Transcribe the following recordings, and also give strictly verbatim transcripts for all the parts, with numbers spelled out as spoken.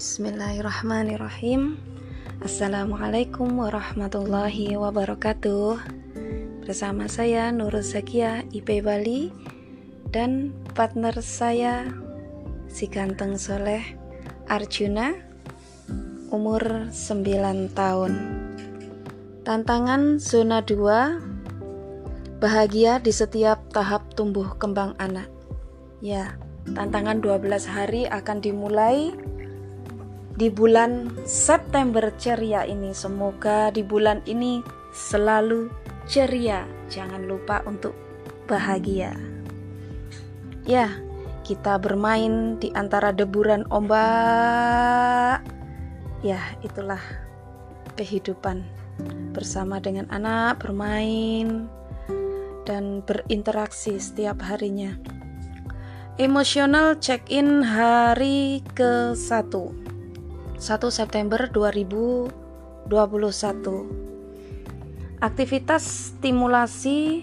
Bismillahirrahmanirrahim. Assalamualaikum warahmatullahi wabarakatuh. Bersama saya Nurul Zakia I P Bali dan partner saya si ganteng soleh Arjuna, umur sembilan tahun. Tantangan zona dua, bahagia di setiap tahap tumbuh kembang anak. Ya, tantangan dua belas hari akan dimulai di bulan September ceria ini. Semoga di bulan ini selalu ceria. Jangan lupa untuk bahagia. Ya, kita bermain di antara deburan ombak. Ya, itulah kehidupan. Bersama dengan anak, bermain dan berinteraksi setiap harinya. Emosional check-in hari ke satu, satu September dua ribu dua puluh satu. Aktivitas stimulasi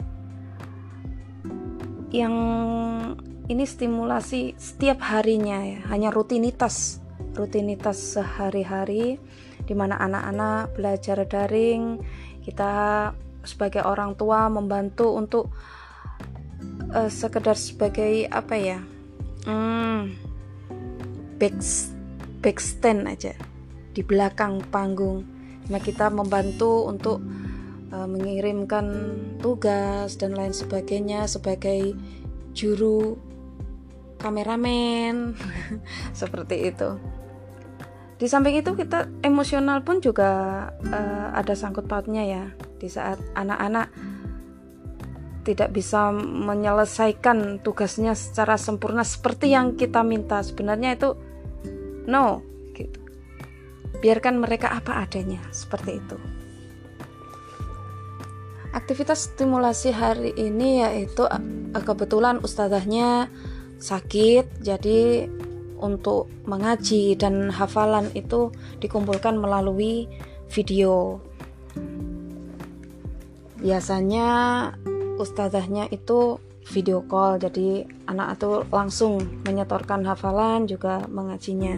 yang ini stimulasi setiap harinya ya, hanya rutinitas, rutinitas sehari-hari di mana anak-anak belajar daring. Kita sebagai orang tua membantu untuk uh, sekedar sebagai apa ya, hmm, back, backstand aja di belakang panggung. Nah, kita membantu untuk uh, mengirimkan tugas dan lain sebagainya sebagai juru kameramen seperti itu. Di samping itu kita emosional pun juga uh, ada sangkut pautnya ya. Di saat anak-anak tidak bisa menyelesaikan tugasnya secara sempurna seperti yang kita minta, sebenarnya itu no gitu. Biarkan mereka apa adanya, seperti itu. Aktivitas stimulasi hari ini yaitu kebetulan ustadzahnya sakit, jadi untuk mengaji dan hafalan itu dikumpulkan melalui video. Biasanya ustadzahnya itu video call, jadi anak itu langsung menyetorkan hafalan juga mengajinya.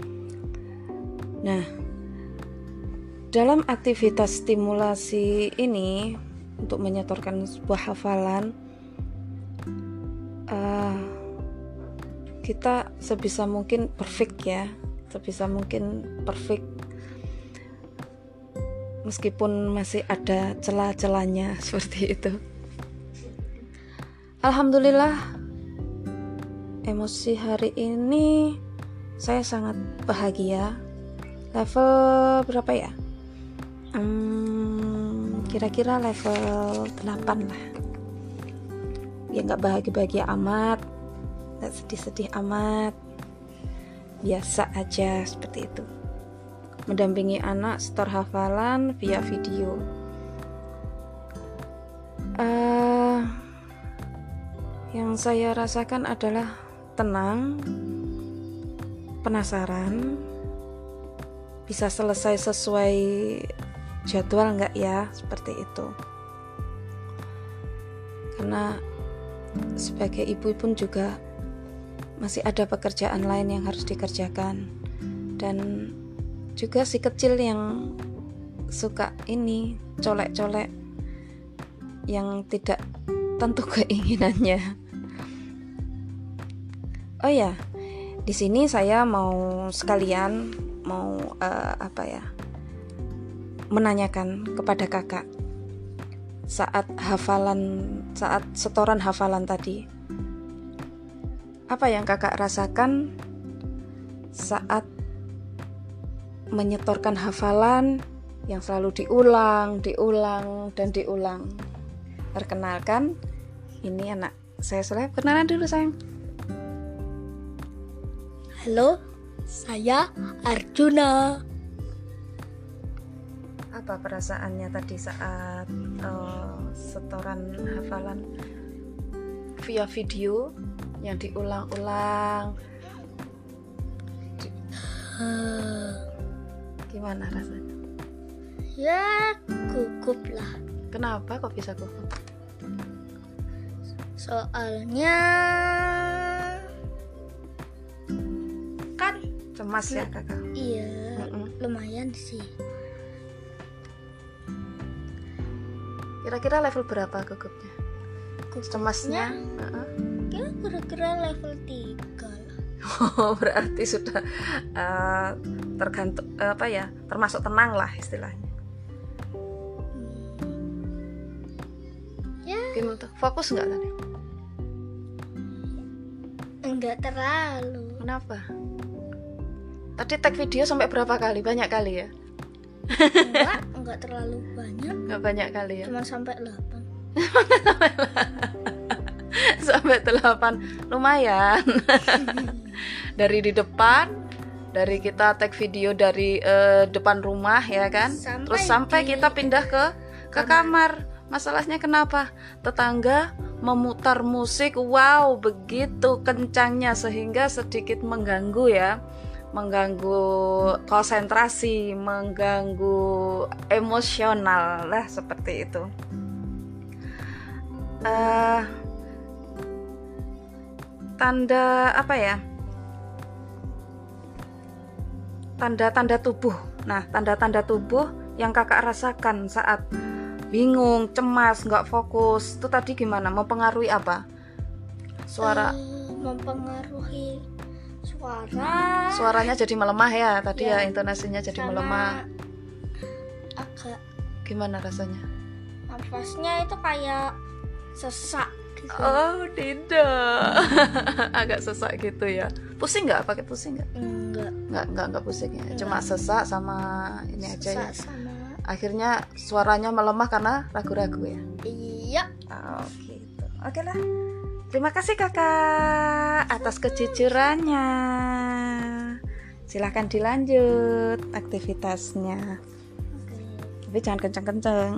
Nah, dalam aktivitas stimulasi ini untuk menyetorkan sebuah hafalan, uh, kita sebisa mungkin perfect ya, sebisa mungkin perfect. Meskipun masih ada celah-celahnya seperti itu. Alhamdulillah, emosi hari ini saya sangat bahagia. Level berapa ya? Hmm, kira-kira level delapan lah. Ya gak bahagia-bahagia amat, gak sedih-sedih amat, biasa aja seperti itu. Mendampingi anak setor hafalan via video. Uh, yang saya rasakan adalah tenang, penasaran, bisa selesai sesuai jadwal nggak ya, seperti itu. Karena sebagai ibu pun juga masih ada pekerjaan lain yang harus dikerjakan, dan juga si kecil yang suka ini colek-colek yang tidak tentu keinginannya. Oh ya, di sini saya mau sekalian mau uh, apa ya, menanyakan kepada kakak saat hafalan, saat setoran hafalan tadi, apa yang kakak rasakan saat menyetorkan hafalan yang selalu diulang, diulang, dan diulang. Perkenalkan, ini anak saya Soleh. Kenalan dulu sayang. Halo, saya Arjuna. Apa perasaannya tadi saat uh, setoran hafalan via video yang diulang-ulang? Uh, Gimana rasanya? Ya, gugup lah. Kenapa kok bisa gugup? Soalnya kan cemas ya kakak. Iya, Mm-mm. lumayan sih. Kira-kira level berapa gugupnya? Cemasnya? Gugupnya Heeh. ya kira-kira level tiga lah. Oh, berarti sudah uh, tergantung uh, apa ya? Termasuk tenang lah istilahnya. Hmm. Ya, Gimana tuh? Fokus nggak tadi? enggak terlalu. Kenapa? Tadi tag video sampai berapa kali? Banyak kali ya? Enggak, enggak terlalu banyak. Nggak banyak kali ya? Cuma sampai delapan. Sampai delapan, lumayan. Dari di depan, dari kita tag video dari eh, depan rumah ya kan, Sampai terus sampai di- kita pindah ke ke kamar. Masalahnya kenapa? Tetangga memutar musik, wow begitu kencangnya sehingga sedikit mengganggu ya, mengganggu konsentrasi, mengganggu emosional lah seperti itu. Eh, tanda apa ya? Tanda-tanda tubuh. Nah, tanda-tanda tubuh yang kakak rasakan saat bingung, cemas, nggak fokus, itu tadi gimana? Mempengaruhi apa? Suara, Eh, mempengaruhi suara. suaranya jadi melemah ya tadi ya, Ya, intonasinya jadi sama melemah. agak Gimana rasanya? nafasnya itu kayak sesak gitu. Oh tidak, agak sesak gitu ya. Pusing nggak? Pakai pusing nggak? Enggak, Nggak, nggak, nggak pusing ya. Enggak. Cuma sesak sama ini aja ya. sesak sama Akhirnya suaranya melemah karena ragu-ragu ya. iya. Oh gitu. Oke lah. Terima kasih kakak atas kejujurannya. Silahkan dilanjut aktivitasnya. Oke. Tapi jangan kenceng-kenceng.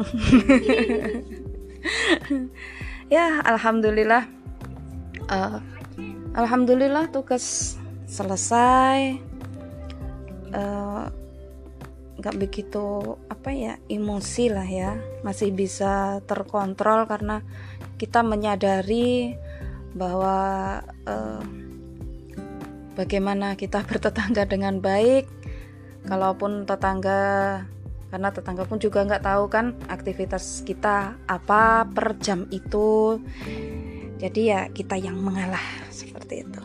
Ya, alhamdulillah. Eh, alhamdulillah tugas selesai. Eh, nggak begitu apa ya, emosi lah ya, masih bisa terkontrol karena kita menyadari bahwa eh, bagaimana kita bertetangga dengan baik. Kalaupun tetangga, karena tetangga pun juga nggak tahu kan aktivitas kita apa per jam itu, jadi ya kita yang mengalah seperti itu.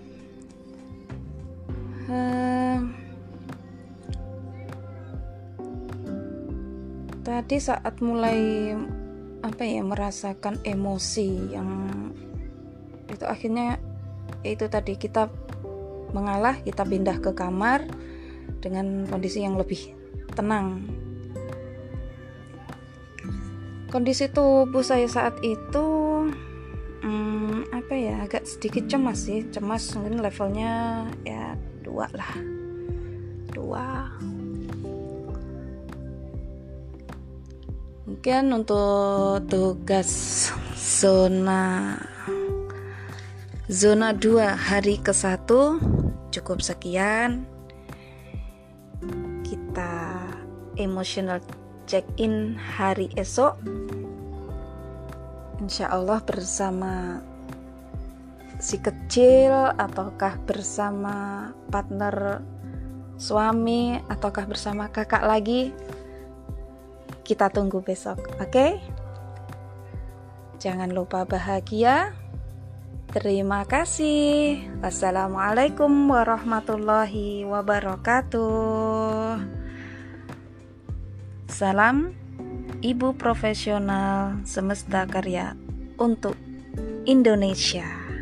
Eh, Tadi saat mulai apa ya merasakan emosi yang itu, akhirnya itu tadi kita mengalah, kita pindah ke kamar dengan kondisi yang lebih tenang. Kondisi tubuh saya saat itu hmm, apa ya agak sedikit cemas sih, cemas mungkin levelnya ya dua lah, dua. Mungkin untuk tugas zona zona dua hari ke satu cukup sekian. Kita emotional check-in hari esok, insya Allah bersama si kecil, ataukah bersama partner suami, ataukah bersama kakak lagi. Kita tunggu besok, oke? Okay? Jangan lupa bahagia. Terima kasih. Wassalamualaikum warahmatullahi wabarakatuh. Salam Ibu Profesional Semesta Karya untuk Indonesia.